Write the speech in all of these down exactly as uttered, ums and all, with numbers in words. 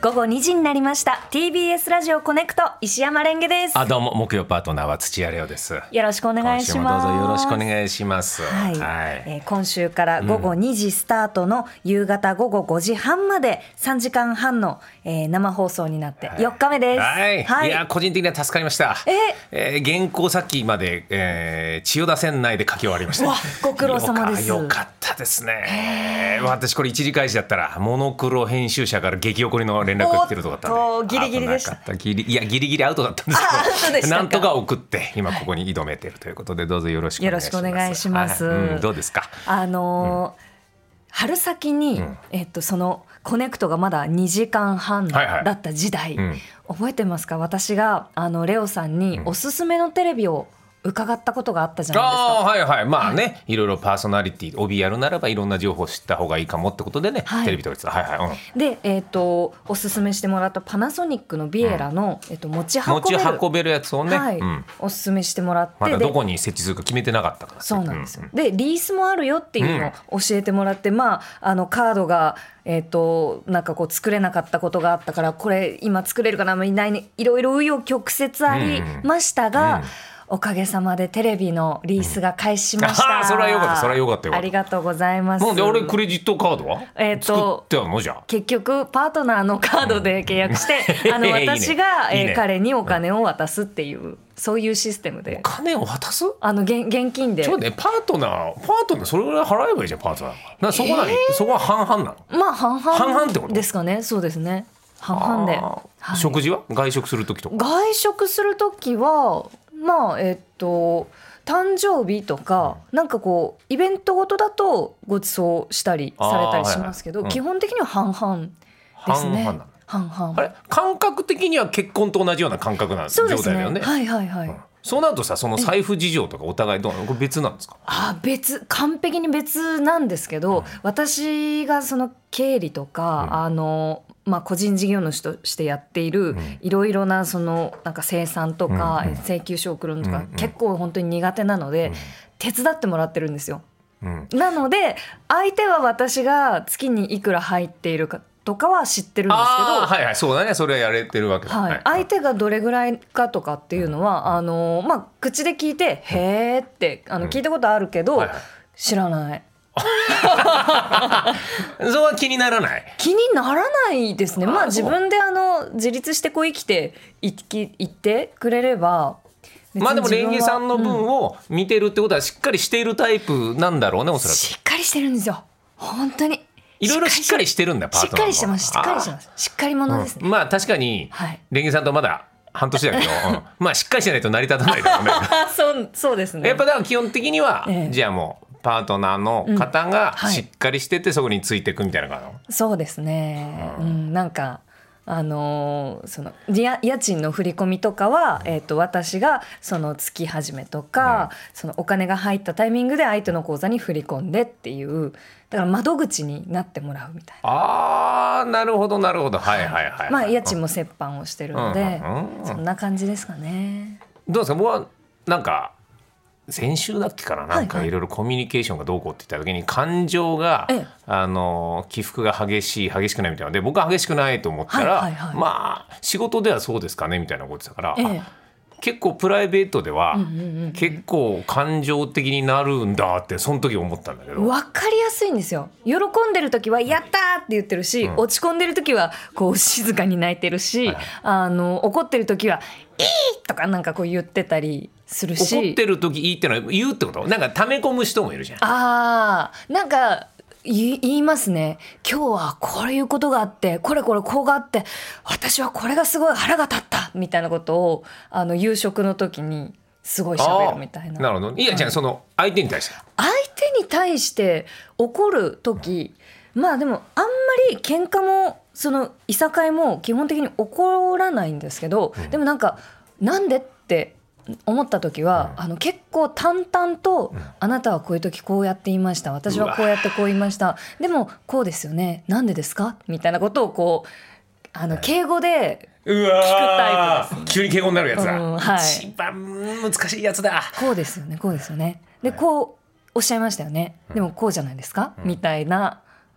午後にじになりました。 ティービーエス ラジオコネクト石山レンゲです。 あ、どうも木曜パートナーは土屋レオです。 よろしくお願いします。 今週もどうぞよろしくお願いします。 はい、 はいえー、今週から午後にじスタートの夕方午後ごじはんまでさんじかんはんの、えー、生放送になってよっかめです。 はい、はい、いや個人的には助かりました。 ええー、原稿さっきまで、えー、千代田線内で書き終わりました。 わご苦労様です。 よか、よかったですね。私これ一時開始だったらモノクロ編集者から激怒りの連絡が来てるとかだったんで、 ギリギリでした。 ギリいやギリギリアウトだったんですけど、なんとか送って今ここに挑めているということで、どうぞよろしくお願いします。 よろしくお願いします。 はい、うん、どうですか。 あのーうん、春先に、うん、えっと、そのコネクトがまだにじかんはんだった時代、はいはい、うん、覚えてますか。私があのレオさんにおすすめのテレビを伺ったことがあったじゃないですか。 あ、はいはい、まあね、はい、いろいろパーソナリティ帯やるならばいろんな情報を知った方がいいかもってことでね、はい、テレビとかです。はいはい、うん、で、 えーと、おすすめしてもらったパナソニックのビエラの、うん、えーと、持ち運べる持ち運べるやつをね、 はい、うん、おすすめしてもらって、 まだどこに設置するか決めてなかったから、ね、 そうなんですよ、うん、でリースもあるよっていうのを教えてもらって、うん、まあ、あのカードがえー、となんかこう作れなかったことがあったから、これ今作れるかな、いないね、いろいろ紆余曲折ありましたが、うんうん、おかげさまでテレビのリースが開始しました、うん、 それはよかった、それはよかったよ。 ありがとうございます。 なんであれクレジットカードは、えー、と作ってあるの。じゃあ結局パートナーのカードで契約して、うん、あの私がいい、ね、えー、彼にお金を渡すっていう、うん、そういうシステムで。 お金を渡す、 あの 現, 現金で。 ちょっとね、パートナーパートナーそれぐらい払えばいいじゃん。パートナーな、そこなに、えー、そこは半々なの。 まあ半々 半々ってことですかね。そうですね、半々で、はい、 食事は外食するときとか。 外食するときはまあえっと誕生日とか、なんかこうイベントごとだとご馳走したりされたりしますけど、はいはい、うん、基本的には半々ですね。半々なの。半々。 あれ感覚的には結婚と同じような感覚なんですね。状態だよね。 はいはいはい、うん、 そうなるとさ、その財布事情とかお互いどうなの？これ別なんですか？ あ、別、完璧に別なんですけど、うん、私がその経理とか、うん、あのまあ、個人事業主としてやっているいろいろなそのなんか生産とか請求書を送るのとか結構本当に苦手なので手伝ってもらってるんですよ。なので相手は私が月にいくら入っているかとかは知ってるんですけど、 あ、はいはい、そうだね、それはやれてるわけだ、 はいはい、相手がどれぐらいかとかっていうのはあの、まあ、口で聞いてへーってあの聞いたことあるけど、はいはい、知らないそれは気にならない。 気にならないですね。まあ自分であの自立してこう生きていきいってくれれば。 まあでもレンゲさんの分を見てるってことはしっかりしているタイプなんだろうね、おそらく。 しっかりしてるんですよ本当に。 いろいろしっかりしてるんだ。パートナーの。しっかりしてます。しっかりしてます。しっかり者ですね、 うん、まあ確かに、はい、レンゲさんとまだ半年だけど、うん、まあしっかりしないと成り立たないだろうねそう、そうですね。 やっぱだから基本的には、ええ、じゃあもうパートナーの方がしっかりしてて、うん、はい、そこについていくみたいな感じ。 そうですね、うんうん、なんかあのー、その家賃の振り込みとかは、えー、と私がその月始めとか、うん、そのお金が入ったタイミングで相手の口座に振り込んでっていう、だから窓口になってもらうみたいな。 あー、なるほどなるほど、はいはいはい、はい、 まあ家賃も折半をしてるので、うんうんうん、そんな感じですかね。 どうですか。僕はなんか先週だっけかな、なんかいろいろコミュニケーションがどうこうって言った時に感情が、はいはい、あの起伏が激しい激しくないみたいなので、僕は激しくないと思ったら、はいはいはい、まあ仕事ではそうですかねみたいなことだから、ええ、結構プライベートでは、うんうんうんうん、結構感情的になるんだってその時思ったんだけど。 分かりやすいんですよ。喜んでる時はやったーって言ってるし、うん、落ち込んでる時はこう静かに泣いてるし、はい、あの怒ってる時はいいとかなんかこう言ってたりするし。 怒ってる時いいってのは言うってこと？なんか溜め込む人もいるじゃん。 あー、なんか言いますね。今日はこういうことがあってこれこれこうがあって私はこれがすごい腹が立ったみたいなことをあの夕食の時にすごい喋るみたいな。 なるほど。いや、じゃあその相手に対して相手に対して怒る時、まあでもあんまり喧嘩もそのいさかいも基本的に起こらないんですけど、うん、でもなんかなんでって思った時は、うん、あの結構淡々と、うん、あなたはこういう時こうやって言いました、私はこうやってこう言いました、でもこうですよね、なんでですかみたいなことをこうあの敬語で聞くタイプです、ね、 急に敬語になるやつだ、 うん、はい、 一番難しいやつだ。 こうですよねこうですよねでこうおっしゃいましたよね、でもこうじゃないですか、うん、みたいな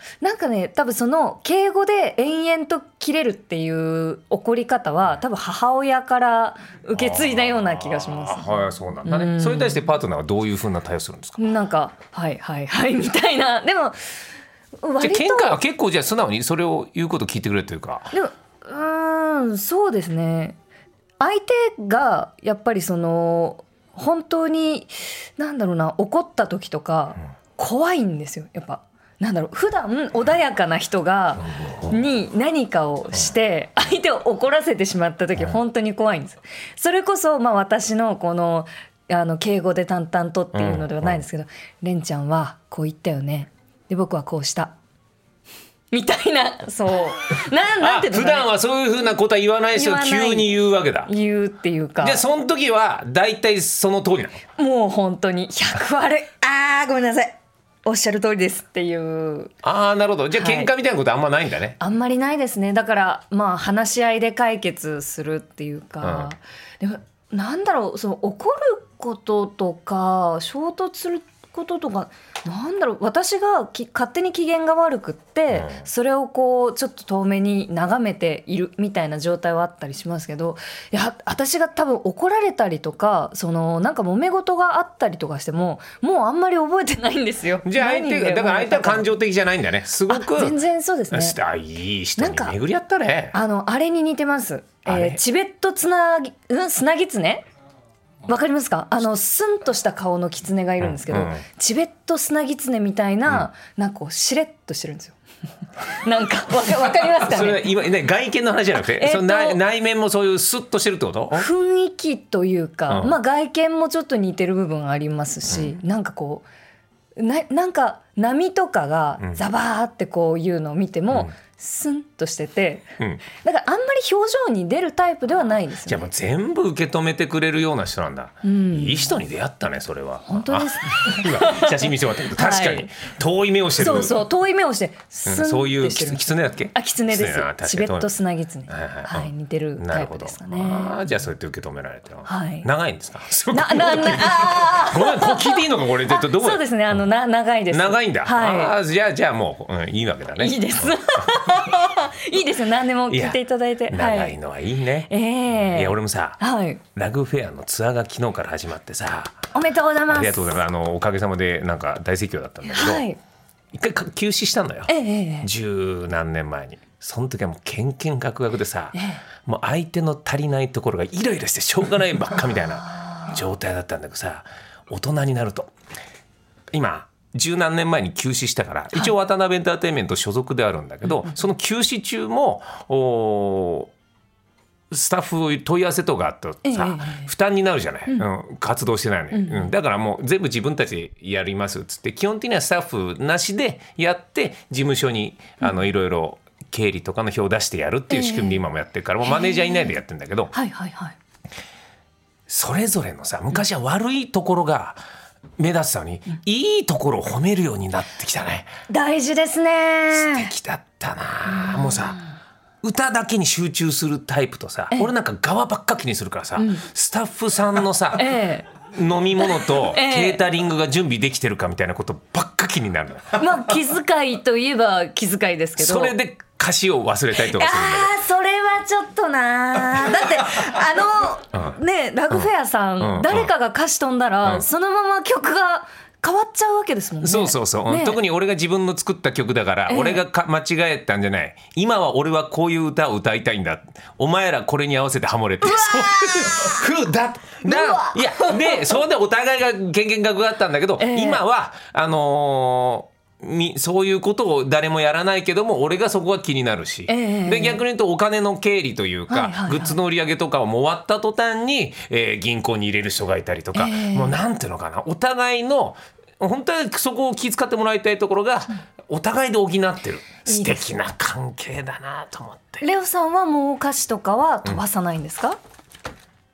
なんかね多分その敬語で延々と切れるっていう怒り方は多分母親から受け継いだような気がします。 はい、そうなんだね、うん、それに対してパートナーはどういう風な対応するんですか？ なんかはいはいはいみたいな。でも割とじゃあ喧嘩は結構じゃあ素直にそれを言うことを聞いてくれるというか。 でもうーんそうですね、相手がやっぱりその本当になんだろうな怒った時とか怖いんですよ。やっぱなんだろう普段穏やかな人がに何かをして相手を怒らせてしまった時本当に怖いんです。それこそまあ私のこのあの敬語で淡々とっていうのではないんですけど、レンちゃんはこう言ったよね、で僕はこうしたみたいな、そうななんていうのかね、 普段はそういうふうなことは言わない人が急に言うわけだ。 言うっていうか、 じゃあその時は大体その通りなの。もう本当にひゃくわるいあーごめんなさいおっしゃる通りですっていう。 ああなるほど。じゃあ喧嘩みたいなことあんまないんだね、はい、 あんまりないですね。だからまあ話し合いで解決するっていうか、うん、でもなんだろうその怒ることとか衝突することとかなんだろう私がき勝手に機嫌が悪くって、うん、それをこうちょっと遠目に眺めているみたいな状態はあったりしますけど、いや私が多分怒られたりとかそのなんか揉め事があったりとかしてももうあんまり覚えてないんですよ。 じゃあ相手がだから相手は感情的じゃないんだね。すごく全然そうですね。 あいい人に巡り合ったね。 あのあれに似てます、えー、チベットつなぎ、うん、砂狐わかりますか？あのスンとした顔の狐がいるんですけど、うんうん、チベットスナギツネみたいな、うん、なんかこうしれっとしてるんですよなんかわか、わかりますかね？ それは今、ね、外見の話じゃなくて、えー、その 内, 内面もそういうスッとしてるってこと？ 雰囲気というか、うんまあ、外見もちょっと似てる部分ありますし、うん、なんかこう な, なんか波とかがザバーってこういうのを見ても、うんスンとしてて、うん、だからあんまり表情に出るタイプではないですよね。 じゃあもう全部受け止めてくれるような人なんだ、うん、いい人に出会ったねそれは。 本当ですね今写真見せてもらったけど確かに遠い目をしてる、 はい、そうそう遠い目をしてスンってしてる、うん、 そういうキツネだっけ？ あキツネです。チベットスナギツネ、はいはいはい、似てるタイプですかね。 あじゃあそうやって受け止められて、はい、長いんですか？ なななあごめんこう聞いていいのかこれ。どうそうですねあのな長いです。 長いんだ、 はい、 あじゃあじゃあもう、うん、いいわけだね。 いいですいいですよ何でも聞いていただいて。い長いのはいいね、 はいえー、 いや俺もさ、はい、ラグフェアのツアーが昨日から始まってさ。 おめでとうございます。 ありがとうございます。あのおかげさまでなんか大盛況だったんだけど、はい、一回休止したのよ、えー、十何年前に。その時はもうケンケンガクガクでさ、えー、もう相手の足りないところがイライラしてしょうがないばっかみたいな状態だったんだけどさ、大人になると今十何年前に休止したから、一応渡辺エンターテインメント所属であるんだけど、はい、その休止中もおスタッフ問い合わせとかあとさ、えー、負担になるじゃない、うんうん、活動してないのに、うんうん、だからもう全部自分たちでやりますっつって基本的にはスタッフなしでやって事務所にあのいろいろ経理とかの表を出してやるっていう仕組みで今もやってるから、もうマネージャーいないでやってるんだけど、 はいはいはい、 それぞれのさ昔は悪いところが目立つのに、うん、いいところを褒めるようになってきたね。 大事ですね。 素敵だったな、うん、もうさ歌だけに集中するタイプとさ、俺なんか側ばっか気にするからさ、うん、スタッフさんのさ、ええ、飲み物とケータリングが準備できてるかみたいなことばっか気になるの、 まあ気遣いといえば気遣いですけど、 それで歌詞を忘れたりとかするんだよ。 あそれはちょっとなだってあの、うん、ねラグフェアさん、うん、誰かが歌詞飛んだら、うん、そのまま曲が変わっちゃうわけですもんね。 そうそうそう、ね、特に俺が自分の作った曲だから、えー、俺がか間違えたんじゃない、今は俺はこういう歌を歌いたいんだ、お前らこれに合わせてハモれてそうふだだいやでそれでお互いがけんけんがくがあったんだけど、えー、今はあのーみそういうことを誰もやらないけども俺がそこが気になるし、えー、で逆に言うとお金の経理というか、はいはいはい、グッズの売り上げとかをもう終わった途端に、えー、銀行に入れる人がいたりとか、えー、もうなんていうのかな、お互いの本当はそこを気遣ってもらいたいところがお互いで補ってる、素敵な関係だなと思って。 レオさんはもう歌詞とかは飛ばさないんですか？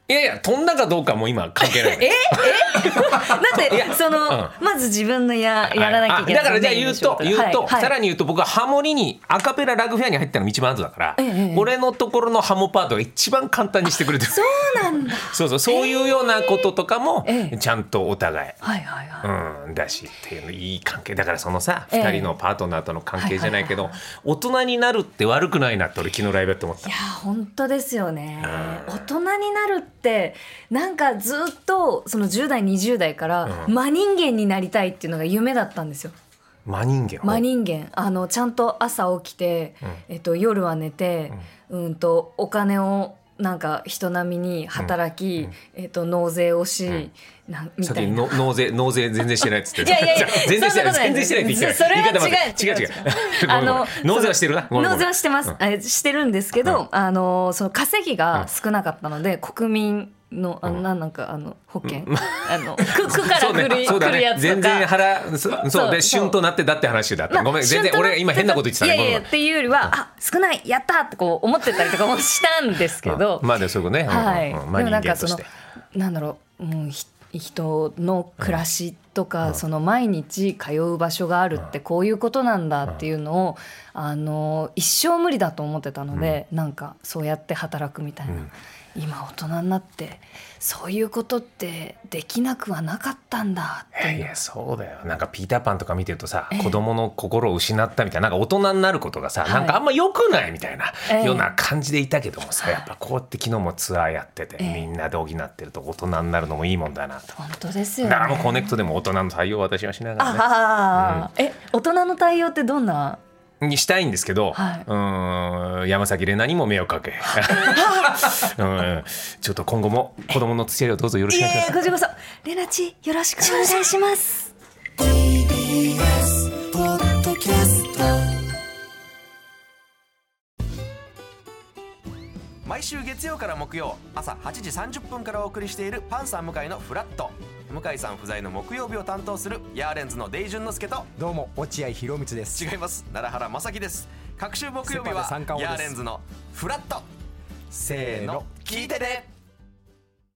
いやいや飛んだかどうかも今関係ないええだってその、うん、まず自分の や, やらなきゃいけない。 だからじゃあ言うと言うと、 はいはい、 さらに言うと僕はハモリにアカペララグフェアに入ったのが一番後だから、ええ、俺のところのハモパートが一番簡単にしてくれてる。 そうなんだ。 そうそうそういうようなこととかも、ええ、ちゃんとお互い、 はいはいはい、 うん、だしっていうのいい関係だからそのさ、ええ、ふたりのパートナーとの関係じゃないけど、はいはいはいはい、大人になるって悪くないなって俺昨日ライブやって思った。 いや本当ですよね、うん、大人になるってなんかずっとそのじゅう代にじゅう代から真人間になりたいっていうのが夢だったんですよ。 真人間真人間あのちゃんと朝起きて、うんえっと、夜は寝て、うんうんとお金をなんか人並みに働き、うんえっと、納税をし、うん、なみたいな。 さっきの納税納税全然してないっつっていやいやいや全然してない全然してないって言ってそれは違う違う違うあの納税はしてるな納税はしてます、うん、してるんですけど、うん、あのその稼ぎが少なかったので、うん、国民のあのなんかあの保険、うん、あの区から来る、ねね、来るやつとか全然払 そ, そうで旬となってだって話だった、まあ、ごめん全然俺今変なこと言ってたね。 いやいやっていうよりは、うん、あ少ないやったってこう思ってたりとかもしたんですけど、 うん、まあでそういうことね、 はい、 うん、まあ、 でもなんかそのなんだろう、うん、人の暮らしとか、うん、その毎日通う場所があるってこういうことなんだっていうのを、うん、あの一生無理だと思ってたので、うん、なんかそうやって働くみたいな、うん今大人になってそういうことってできなくはなかったんだっていう。 いやいやそうだよ。なんかピーターパンとか見てるとさ、えー、子供の心を失ったみたいな、なんか大人になることがさ、はい、なんかあんま良くないみたいな、えー、ような感じでいたけどもさ、やっぱこうやって昨日もツアーやってて、えー、みんなで補ってると大人になるのもいいもんだなと。 本当ですよね。 だからもうコネクトでも大人の対応を私はしながらね。 あ、うん、え大人の対応ってどんなにしたいんですけど、はい、うーん山崎怜奈にも迷惑かけうんちょっと今後も子供の付き合いをどうぞよろしくお願いします。 いやいやこちらこそ怜奈ちよろしくお願いします。ティービーエス ポッドキャスト毎週月曜から木曜朝はちじさんじゅっぷんからお送りしているパンサー向井のフラット。向井さん不在の木曜日を担当するヤーレンズのデイジュンの之介と、 どうも落合博満です。 違います、奈良原正樹です。各週木曜日はヤーレンズのフラット。せーの聞いてね。